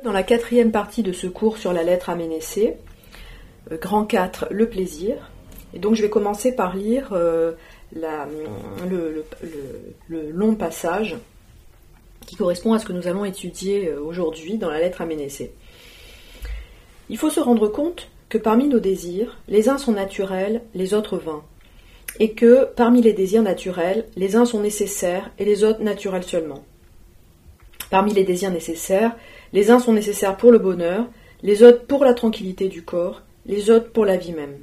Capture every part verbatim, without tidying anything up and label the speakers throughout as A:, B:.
A: Dans la quatrième partie de ce cours sur la lettre Aménécée, euh, grand quatre, le plaisir. Et donc je vais commencer par lire euh, la, le, le, le, le long passage qui correspond à ce que nous allons étudier aujourd'hui dans la lettre Aménécée. Il faut se rendre compte que parmi nos désirs, les uns sont naturels, les autres vains, et que parmi les désirs naturels, les uns sont nécessaires et les autres naturels seulement. Parmi les désirs nécessaires, les uns sont nécessaires pour le bonheur, les autres pour la tranquillité du corps, les autres pour la vie même.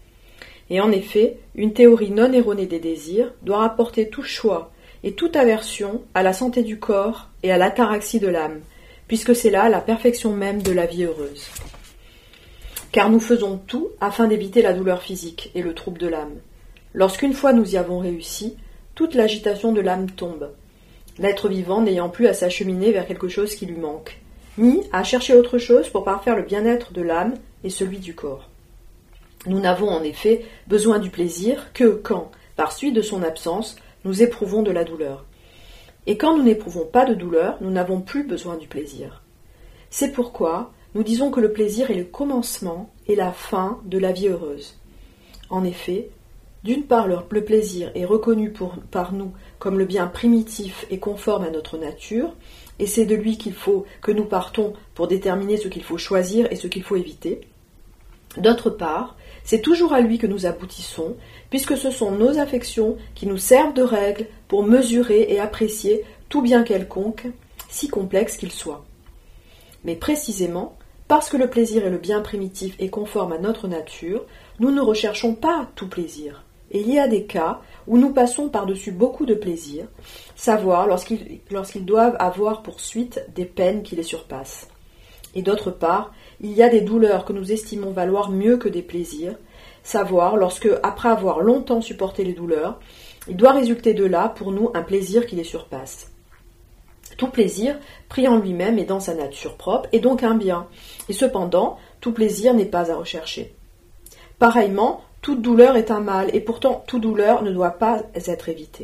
A: Et en effet, une théorie non erronée des désirs doit rapporter tout choix et toute aversion à la santé du corps et à l'ataraxie de l'âme, puisque c'est là la perfection même de la vie heureuse. Car nous faisons tout afin d'éviter la douleur physique et le trouble de l'âme. Lorsqu'une fois nous y avons réussi, toute l'agitation de l'âme tombe, l'être vivant n'ayant plus à s'acheminer vers quelque chose qui lui manque, ni à chercher autre chose pour parfaire le bien-être de l'âme et celui du corps. Nous n'avons en effet besoin du plaisir que quand, par suite de son absence, nous éprouvons de la douleur. Et quand nous n'éprouvons pas de douleur, nous n'avons plus besoin du plaisir. C'est pourquoi nous disons que le plaisir est le commencement et la fin de la vie heureuse. En effet, d'une part, le plaisir est reconnu pour, par nous comme le bien primitif et conforme à notre nature, et c'est de lui qu'il faut que nous partons pour déterminer ce qu'il faut choisir et ce qu'il faut éviter. D'autre part, c'est toujours à lui que nous aboutissons, puisque ce sont nos affections qui nous servent de règles pour mesurer et apprécier tout bien quelconque, si complexe qu'il soit. Mais précisément, parce que le plaisir est le bien primitif et conforme à notre nature, nous ne recherchons pas tout plaisir. Et il y a des cas où nous passons par-dessus beaucoup de plaisir, savoir lorsqu'ils, lorsqu'ils doivent avoir pour suite des peines qui les surpassent. Et d'autre part, il y a des douleurs que nous estimons valoir mieux que des plaisirs, savoir lorsque, après avoir longtemps supporté les douleurs, il doit résulter de là, pour nous, un plaisir qui les surpasse. Tout plaisir, pris en lui-même et dans sa nature propre, est donc un bien, et cependant, tout plaisir n'est pas à rechercher. Pareillement, toute douleur est un mal, et pourtant toute douleur ne doit pas être évitée.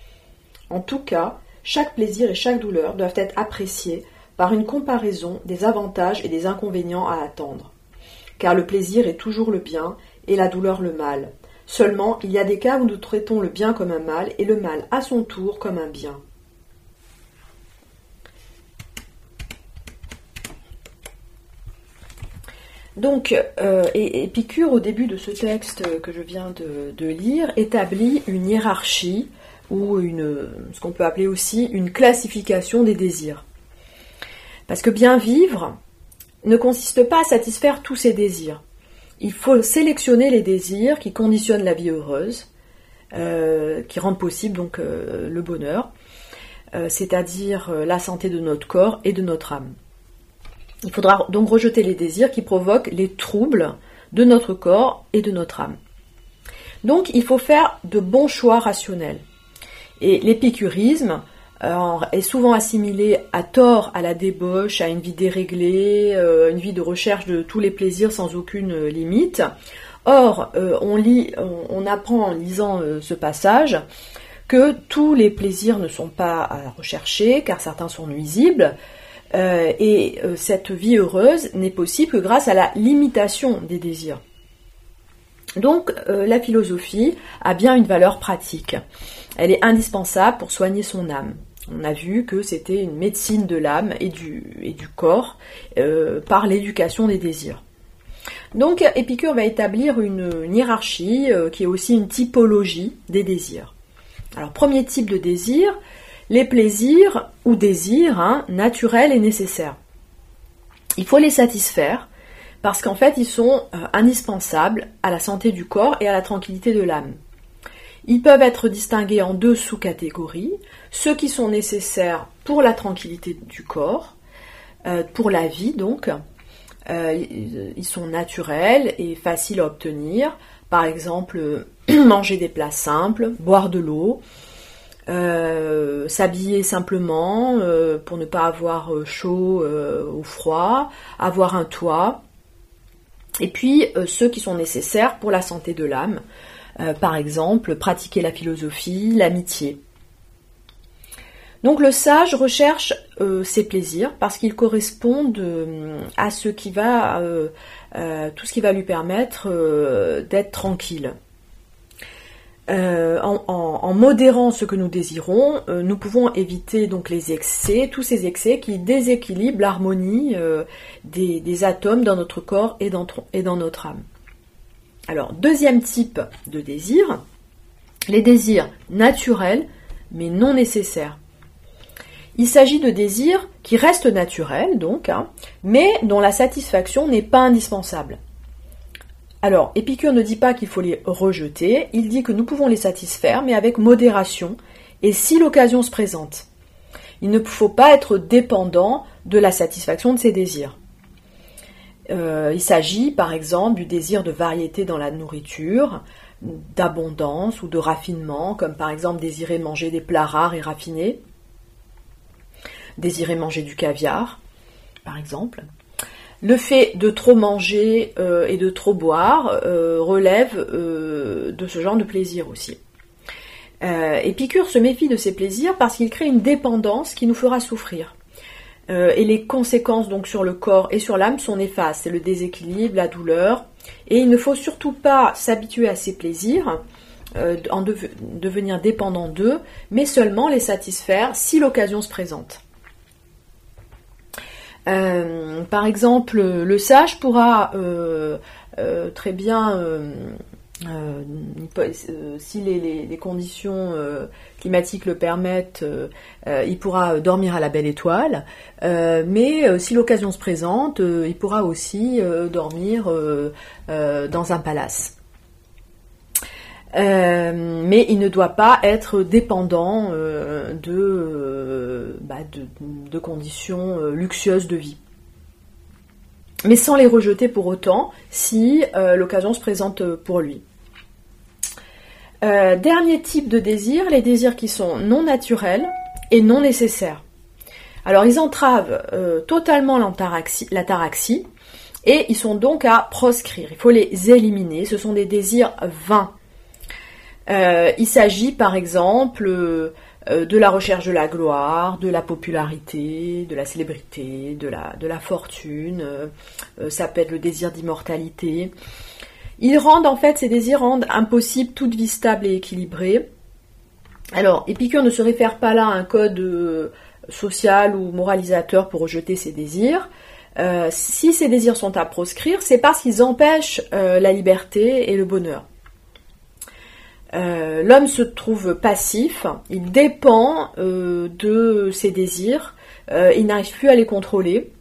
A: En tout cas, chaque plaisir et chaque douleur doivent être appréciés par une comparaison des avantages et des inconvénients à attendre. Car le plaisir est toujours le bien et la douleur le mal. Seulement, il y a des cas où nous traitons le bien comme un mal et le mal à son tour comme un bien. Donc, euh, Épicure, au début de ce texte que je viens de, de lire, établit une hiérarchie ou une, ce qu'on peut appeler aussi une classification des désirs. Parce que bien vivre ne consiste pas à satisfaire tous ses désirs. Il faut sélectionner les désirs qui conditionnent la vie heureuse, euh, qui rendent possible donc euh, le bonheur, euh, c'est-à-dire euh, la santé de notre corps et de notre âme. Il faudra donc rejeter les désirs qui provoquent les troubles de notre corps et de notre âme. Donc il faut faire de bons choix rationnels. Et l'épicurisme euh, est souvent assimilé à tort à la débauche, à une vie déréglée, euh, une vie de recherche de tous les plaisirs sans aucune limite. Or, euh, on, lit, on, on apprend en lisant euh, ce passage que tous les plaisirs ne sont pas à rechercher, car certains sont nuisibles, Euh, et euh, cette vie heureuse n'est possible que grâce à la limitation des désirs. Donc euh, la philosophie a bien une valeur pratique. Elle est indispensable pour soigner son âme. On a vu que c'était une médecine de l'âme et du, et du corps euh, par l'éducation des désirs. Donc Épicure va établir une, une hiérarchie euh, qui est aussi une typologie des désirs. Alors premier type de désir, les plaisirs ou désirs hein, naturels et nécessaires. Il faut les satisfaire parce qu'en fait ils sont euh, indispensables à la santé du corps et à la tranquillité de l'âme. Ils peuvent être distingués en deux sous-catégories, ceux qui sont nécessaires pour la tranquillité du corps, euh, pour la vie donc, euh, ils sont naturels et faciles à obtenir, par exemple manger des plats simples, boire de l'eau, Euh, s'habiller simplement euh, pour ne pas avoir chaud euh, ou froid, avoir un toit, et puis euh, ceux qui sont nécessaires pour la santé de l'âme, euh, par exemple pratiquer la philosophie, l'amitié. Donc le sage recherche euh, ses plaisirs parce qu'ils correspondent euh, à ce qui va, euh, euh, tout ce qui va lui permettre euh, d'être tranquille. Euh, en, en, en modérant ce que nous désirons, euh, nous pouvons éviter donc les excès, tous ces excès qui déséquilibrent l'harmonie euh, des, des atomes dans notre corps et dans, et dans notre âme. Alors, deuxième type de désir, les désirs naturels mais non nécessaires. Il s'agit de désirs qui restent naturels, donc, hein, mais dont la satisfaction n'est pas indispensable. Alors, Épicure ne dit pas qu'il faut les rejeter, il dit que nous pouvons les satisfaire, mais avec modération, et si l'occasion se présente. Il ne faut pas être dépendant de la satisfaction de ces désirs. Euh, il s'agit, par exemple, du désir de variété dans la nourriture, d'abondance ou de raffinement, comme par exemple désirer manger des plats rares et raffinés, désirer manger du caviar, par exemple. Le fait de trop manger euh, et de trop boire euh, relève euh, de ce genre de plaisir aussi. Euh, Épicure se méfie de ces plaisirs parce qu'il crée une dépendance qui nous fera souffrir. Euh, et les conséquences donc sur le corps et sur l'âme sont néfastes. C'est le déséquilibre, la douleur. Et il ne faut surtout pas s'habituer à ces plaisirs, euh, en dev- devenir dépendant d'eux, mais seulement les satisfaire si l'occasion se présente. Euh, par exemple, le sage pourra euh, euh, très bien, euh, euh, euh, si les, les, les conditions euh, climatiques le permettent, euh, euh, il pourra dormir à la belle étoile, euh, mais euh, si l'occasion se présente, euh, il pourra aussi euh, dormir euh, euh, dans un palace. Euh, mais il ne doit pas être dépendant euh, de, euh, bah de, de conditions euh, luxueuses de vie. Mais sans les rejeter pour autant, si euh, l'occasion se présente pour lui. Euh, dernier type de désir, les désirs qui sont non naturels et non nécessaires. Alors ils entravent euh, totalement l'ataraxie, l'ataraxie et ils sont donc à proscrire. Il faut les éliminer, ce sont des désirs vains. Euh, il s'agit par exemple euh, de la recherche de la gloire, de la popularité, de la célébrité, de la, de la fortune, euh, ça peut être le désir d'immortalité. Ils rendent en fait, ces désirs rendent impossible toute vie stable et équilibrée. Alors, Épicure ne se réfère pas là à un code euh, social ou moralisateur pour rejeter ces désirs. Euh, si ces désirs sont à proscrire, c'est parce qu'ils empêchent euh, la liberté et le bonheur. Euh, l'homme se trouve passif, il dépend euh, de ses désirs, euh, il n'arrive plus à les contrôler.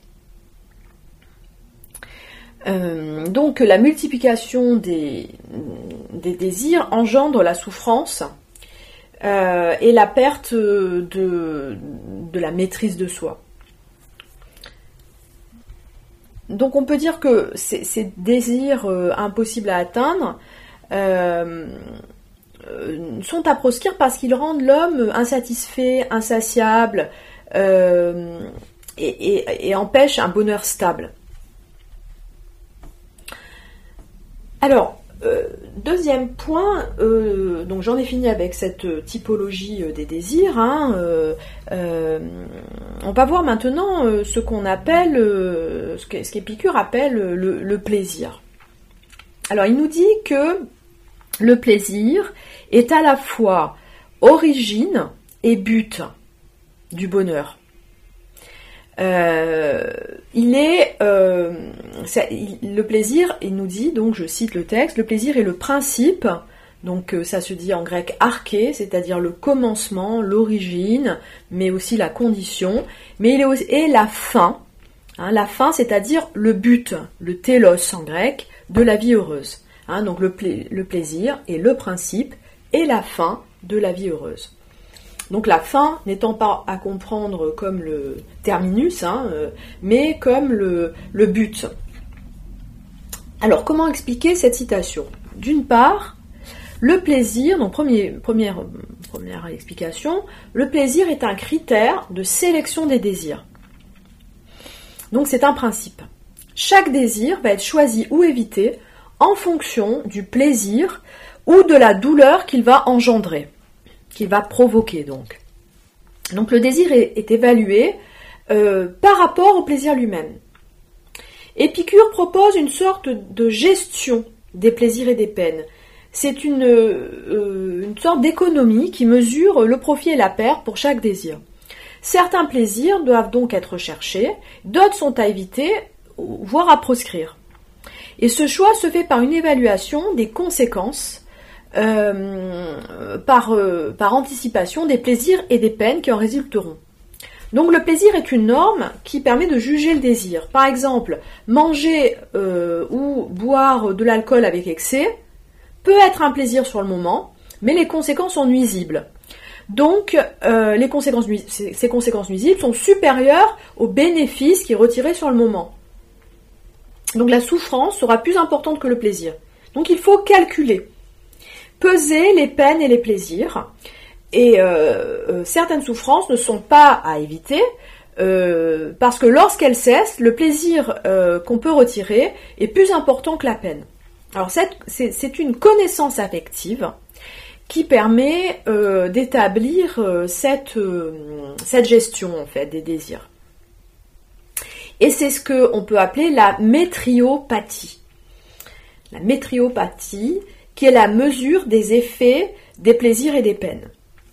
A: Euh, donc la multiplication des, des désirs engendre la souffrance euh, et la perte de, de la maîtrise de soi. Donc on peut dire que ces, ces désirs euh, impossibles à atteindre Euh, euh, sont à proscrire parce qu'ils rendent l'homme insatisfait, insatiable euh, et, et, et empêchent un bonheur stable. Alors, euh, deuxième point, euh, donc j'en ai fini avec cette typologie euh, des désirs. Hein, euh, euh, on va voir maintenant euh, ce qu'on appelle, euh, ce, que, ce qu'Épicure appelle le, le plaisir. Alors, il nous dit que le plaisir est à la fois origine et but du bonheur. Euh, il est euh, ça, il, le plaisir, il nous dit, donc je cite le texte, le plaisir est le principe, donc ça se dit en grec arché, c'est-à-dire le commencement, l'origine, mais aussi la condition, mais il est aussi, et la fin, hein, la fin, c'est-à-dire le but, le télos en grec, de la vie heureuse. Hein, donc le, pla- le plaisir est le principe et la fin de la vie heureuse. Donc la fin n'étant pas à comprendre comme le terminus, hein, euh, mais comme le, le but. Alors comment expliquer cette citation ? D'une part, le plaisir, donc premier, première, première explication, le plaisir est un critère de sélection des désirs. Donc c'est un principe. Chaque désir va être choisi ou évité en fonction du plaisir ou de la douleur qu'il va engendrer, qu'il va provoquer donc. Donc le désir est, est évalué euh, par rapport au plaisir lui-même. Épicure propose une sorte de gestion des plaisirs et des peines. C'est une, euh, une sorte d'économie qui mesure le profit et la perte pour chaque désir. Certains plaisirs doivent donc être recherchés, d'autres sont à éviter, voire à proscrire. Et ce choix se fait par une évaluation des conséquences, euh, par, euh, par anticipation des plaisirs et des peines qui en résulteront. Donc le plaisir est une norme qui permet de juger le désir. Par exemple, manger euh, ou boire de l'alcool avec excès peut être un plaisir sur le moment, mais les conséquences sont nuisibles. Donc, euh, les conséquences, ces conséquences nuisibles sont supérieures aux bénéfices qui est retiré sur le moment. Donc, la souffrance sera plus importante que le plaisir. Donc, il faut calculer, peser les peines et les plaisirs. Et euh, euh, certaines souffrances ne sont pas à éviter, euh, parce que lorsqu'elles cessent, le plaisir euh, qu'on peut retirer est plus important que la peine. Alors, c'est, c'est, c'est une connaissance affective qui permet euh, d'établir euh, cette, euh, cette gestion en fait des désirs. Et c'est ce qu'on peut appeler la métriopathie. La métriopathie, qui est la mesure des effets des plaisirs et des peines.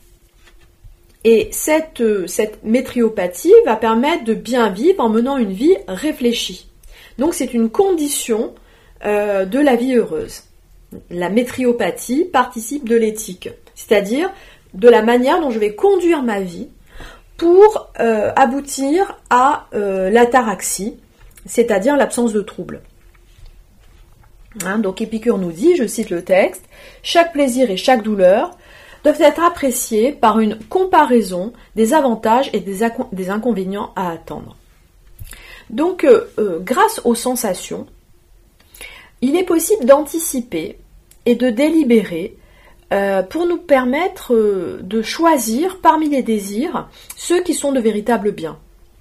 A: Et cette, euh, cette métriopathie va permettre de bien vivre en menant une vie réfléchie. Donc c'est une condition euh, de la vie heureuse. La métriopathie participe de l'éthique, c'est-à-dire de la manière dont je vais conduire ma vie pour euh, aboutir à euh, l'ataraxie, c'est-à-dire l'absence de trouble. Hein, donc Épicure nous dit, je cite le texte, « Chaque plaisir et chaque douleur doivent être appréciés par une comparaison des avantages et des, inco- des inconvénients à attendre. » Donc, euh, euh, grâce aux sensations, il est possible d'anticiper et de délibérer euh, pour nous permettre euh, de choisir parmi les désirs ceux qui sont de véritables biens.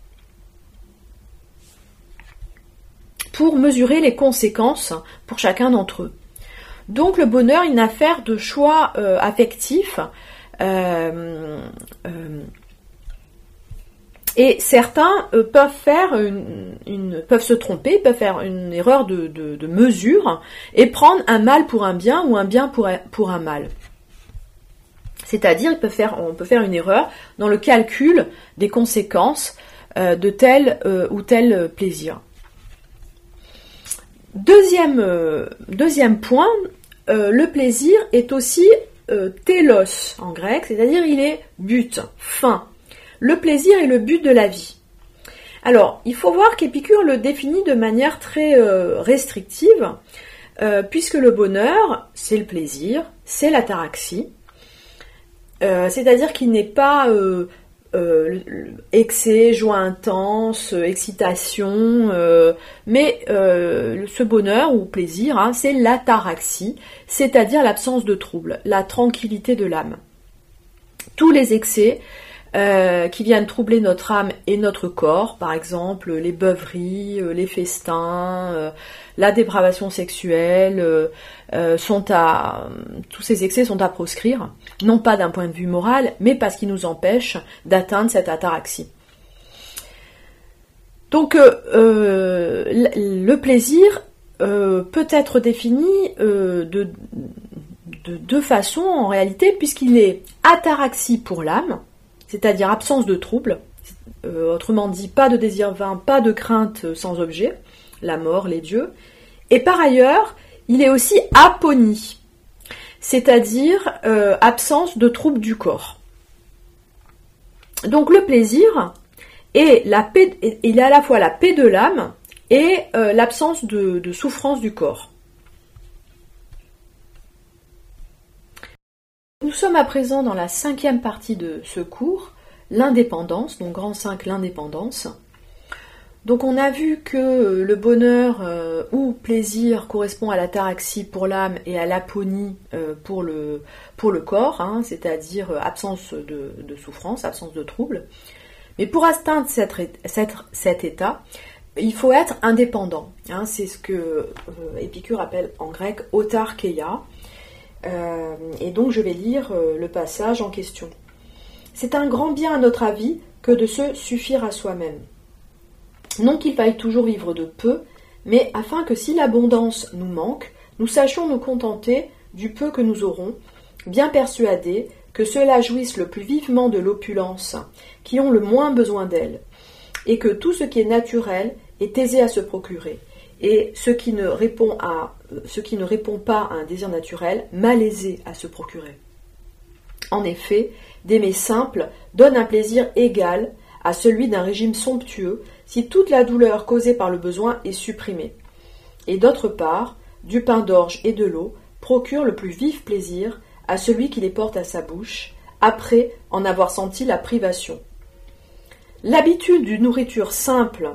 A: Pour mesurer les conséquences pour chacun d'entre eux. Donc le bonheur est une affaire de choix euh, affectifs euh, euh, et certains euh, peuvent faire une, une, peuvent se tromper, peuvent faire une erreur de, de, de mesure et prendre un mal pour un bien ou un bien pour, pour un mal. C'est-à-dire, ils peuvent faire, on peut faire une erreur dans le calcul des conséquences euh, de tel euh, ou tel plaisir. Deuxième, euh, deuxième point, euh, le plaisir est aussi euh, télos en grec, c'est-à-dire il est but, fin. Le plaisir est le but de la vie. Alors, il faut voir qu'Épicure le définit de manière très euh, restrictive, euh, puisque le bonheur, c'est le plaisir, c'est l'ataraxie, euh, c'est-à-dire qu'il n'est pas euh, euh, excès, joie intense, excitation, euh, mais euh, ce bonheur ou plaisir, hein, c'est l'ataraxie, c'est-à-dire l'absence de trouble, la tranquillité de l'âme. Tous les excès Euh, qui viennent troubler notre âme et notre corps, par exemple les beuveries, euh, les festins, euh, la dépravation sexuelle, euh, euh, sont à, tous ces excès sont à proscrire, non pas d'un point de vue moral, mais parce qu'ils nous empêchent d'atteindre cette ataraxie. Donc euh, euh, le plaisir euh, peut être défini euh, de, de deux façons en réalité, puisqu'il est ataraxie pour l'âme, c'est-à-dire absence de trouble, euh, autrement dit, pas de désir vain, pas de crainte sans objet, la mort, les dieux. Et par ailleurs, il est aussi aponie, c'est-à-dire euh, absence de trouble du corps. Donc le plaisir est, la paix, il est à la fois la paix de l'âme et euh, l'absence de, de souffrance du corps. Nous sommes à présent dans la cinquième partie de ce cours, l'indépendance, donc grand cinq, l'indépendance. Donc on a vu que le bonheur euh, ou plaisir correspond à l'ataraxie pour l'âme et à l'aponie euh, pour, le, pour le corps, hein, c'est-à-dire absence de, de souffrance, absence de trouble. Mais pour atteindre cette, cette, cet état, il faut être indépendant. Hein, c'est ce que euh, Épicure appelle en grec autarkeia. Euh, et donc je vais lire euh, le passage en question. c'est un grand bien à notre avis que de se suffire à soi-même. Non qu'il faille toujours vivre de peu, mais afin que si l'abondance nous manque, nous sachions nous contenter du peu que nous aurons, bien persuadés que ceux-là jouissent le plus vivement de l'opulence, qui ont le moins besoin d'elle, et que tout ce qui est naturel est aisé à se procurer, et ce qui ne répond, à, ce qui ne répond pas à un désir naturel, malaisé à se procurer. En effet, d'aimer simple donne un plaisir égal à celui d'un régime somptueux si toute la douleur causée par le besoin est supprimée. Et d'autre part, du pain d'orge et de l'eau procure le plus vif plaisir à celui qui les porte à sa bouche, après en avoir senti la privation. L'habitude d'une nourriture simple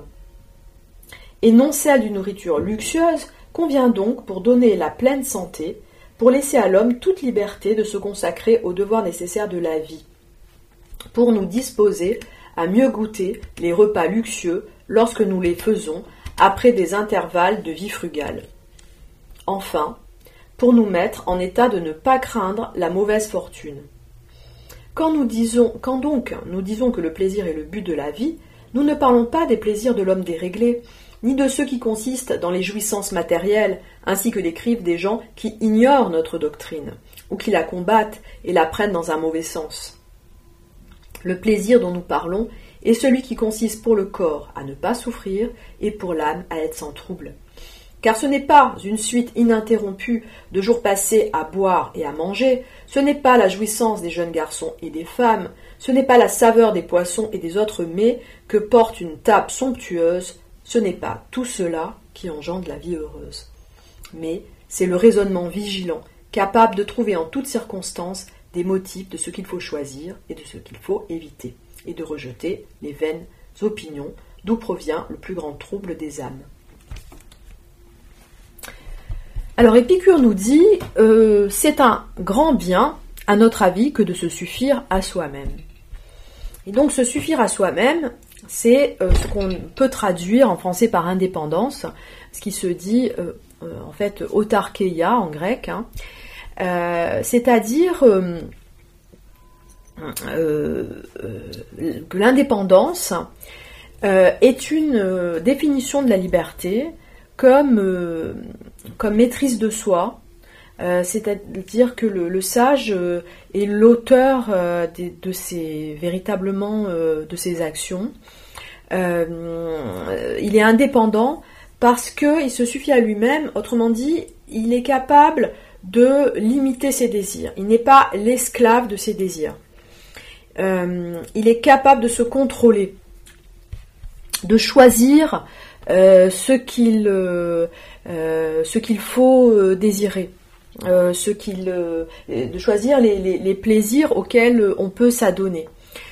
A: et non celle d'une nourriture luxueuse convient donc pour donner la pleine santé, pour laisser à l'homme toute liberté de se consacrer aux devoirs nécessaires de la vie, pour nous disposer à mieux goûter les repas luxueux lorsque nous les faisons après des intervalles de vie frugale. Enfin, pour nous mettre en état de ne pas craindre la mauvaise fortune. Quand, nous disons, quand donc nous disons que le plaisir est le but de la vie, nous ne parlons pas des plaisirs de l'homme déréglé, ni de ceux qui consistent dans les jouissances matérielles, ainsi que décrivent des gens qui ignorent notre doctrine, ou qui la combattent et la prennent dans un mauvais sens. Le plaisir dont nous parlons est celui qui consiste pour le corps à ne pas souffrir et pour l'âme à être sans trouble. Car ce n'est pas une suite ininterrompue de jours passés à boire et à manger, ce n'est pas la jouissance des jeunes garçons et des femmes, ce n'est pas la saveur des poissons et des autres mets que porte une table somptueuse, ce n'est pas tout cela qui engendre la vie heureuse. Mais c'est le raisonnement vigilant, capable de trouver en toutes circonstances des motifs de ce qu'il faut choisir et de ce qu'il faut éviter, et de rejeter les vaines opinions d'où provient le plus grand trouble des âmes. Alors Épicure nous dit, euh, c'est un grand bien, à notre avis, que de se suffire à soi-même. Et donc se suffire à soi-même, c'est euh, ce qu'on peut traduire en français par indépendance, ce qui se dit euh, euh, en fait autarkeia en grec, hein, euh, c'est-à-dire euh, euh, euh, que l'indépendance euh, est une euh, définition de la liberté comme, euh, comme maîtrise de soi, euh, c'est-à-dire que le, le sage euh, est l'auteur euh, de, de ses véritablement euh, de ses actions. Euh, il est indépendant parce qu'il se suffit à lui-même, autrement dit, il est capable de limiter ses désirs. Il n'est pas l'esclave de ses désirs. Euh, il est capable de se contrôler, de choisir euh, ce qu'il euh, euh, ce qu'il faut euh, désirer, euh, ce qu'il euh, de choisir les, les, les plaisirs auxquels on peut s'adonner.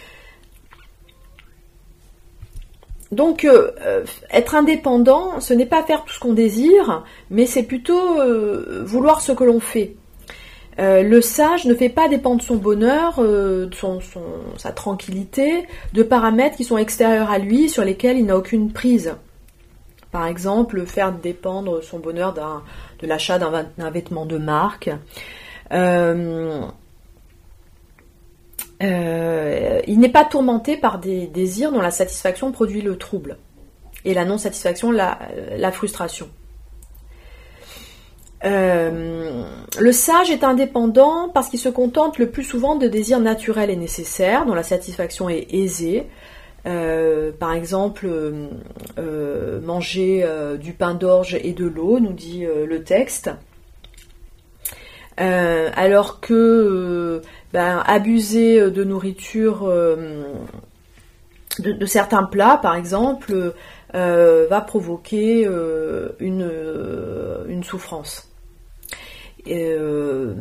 A: Donc, euh, être indépendant, ce n'est pas faire tout ce qu'on désire, mais c'est plutôt euh, vouloir ce que l'on fait. Euh, le sage ne fait pas dépendre son bonheur, euh, son, son, sa tranquillité, de paramètres qui sont extérieurs à lui, sur lesquels il n'a aucune prise. Par exemple, faire dépendre son bonheur d'un, de l'achat d'un, d'un vêtement de marque. Euh, Euh, il n'est pas tourmenté par des désirs dont la satisfaction produit le trouble et la non-satisfaction, la, la frustration. Euh, le sage est indépendant parce qu'il se contente le plus souvent de désirs naturels et nécessaires dont la satisfaction est aisée. Euh, par exemple, euh, manger euh, du pain d'orge et de l'eau, nous dit euh, le texte. Euh, alors que euh, ben, abuser de nourriture, euh, de, de certains plats par exemple, euh, va provoquer euh, une, euh, une souffrance. Et, euh,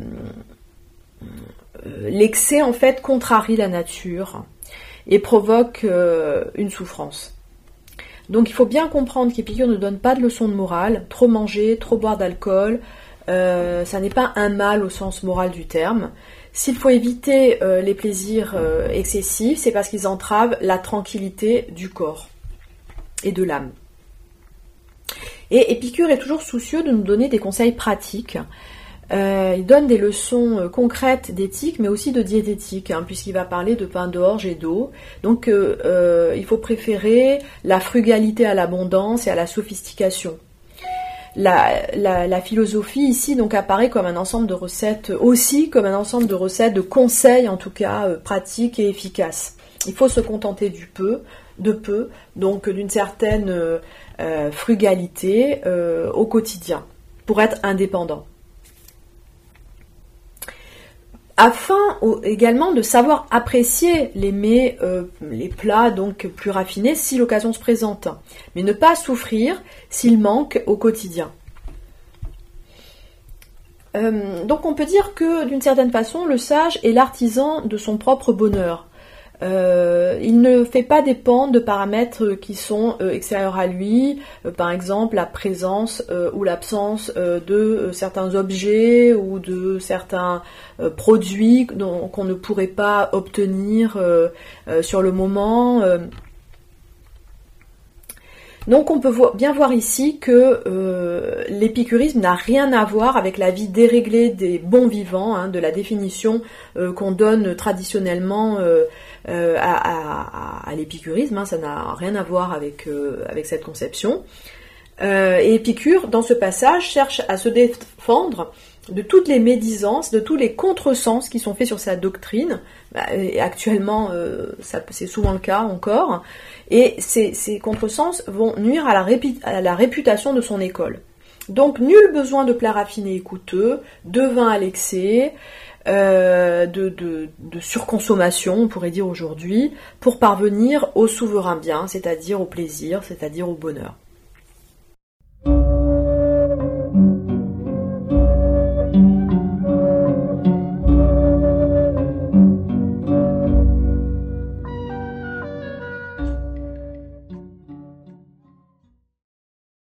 A: l'excès en fait contrarie la nature et provoque euh, une souffrance. Donc il faut bien comprendre qu'Épicure ne donne pas de leçons de morale. Trop manger, trop boire d'alcool, Euh, ça n'est pas un mal au sens moral du terme. S'il faut éviter euh, les plaisirs euh, excessifs, c'est parce qu'ils entravent la tranquillité du corps et de l'âme. Et Épicure est toujours soucieux de nous donner des conseils pratiques Euh, il donne des leçons euh, concrètes d'éthique, mais aussi de diététique, hein, puisqu'il va parler de pain d'orge et d'eau. Donc euh, euh, il faut préférer la frugalité à l'abondance et à la sophistication. La, la, la philosophie ici donc apparaît comme un ensemble de recettes, aussi comme un ensemble de recettes, de conseils en tout cas euh, pratiques et efficaces. Il faut se contenter du peu, de peu, donc d'une certaine euh, euh, frugalité euh, au quotidien, pour être indépendant. Afin également de savoir apprécier les mets, euh, les plats donc plus raffinés si l'occasion se présente, mais ne pas souffrir s'il manque au quotidien. Euh, donc on peut dire que d'une certaine façon, le sage est l'artisan de son propre bonheur. Euh, il ne fait pas dépendre de paramètres qui sont euh, extérieurs à lui, euh, par exemple la présence euh, ou l'absence euh, de euh, certains objets ou de certains euh, produits dont, qu'on ne pourrait pas obtenir euh, euh, sur le moment. Euh. Donc on peut vo- bien voir ici que euh, l'épicurisme n'a rien à voir avec la vie déréglée des bons vivants, hein, de la définition euh, qu'on donne traditionnellement euh, euh, à, à, à l'épicurisme, hein, ça n'a rien à voir avec, euh, avec cette conception. Euh, et Épicure, dans ce passage, cherche à se défendre de toutes les médisances, de tous les contresens qui sont faits sur sa doctrine. Et actuellement, euh, ça, c'est souvent le cas encore. Et ces, ces contresens vont nuire à la, répi- à la réputation de son école. Donc, nul besoin de plats raffinés et coûteux, de vin à l'excès, euh, de, de, de surconsommation, on pourrait dire aujourd'hui, pour parvenir au souverain bien, c'est-à-dire au plaisir, c'est-à-dire au bonheur.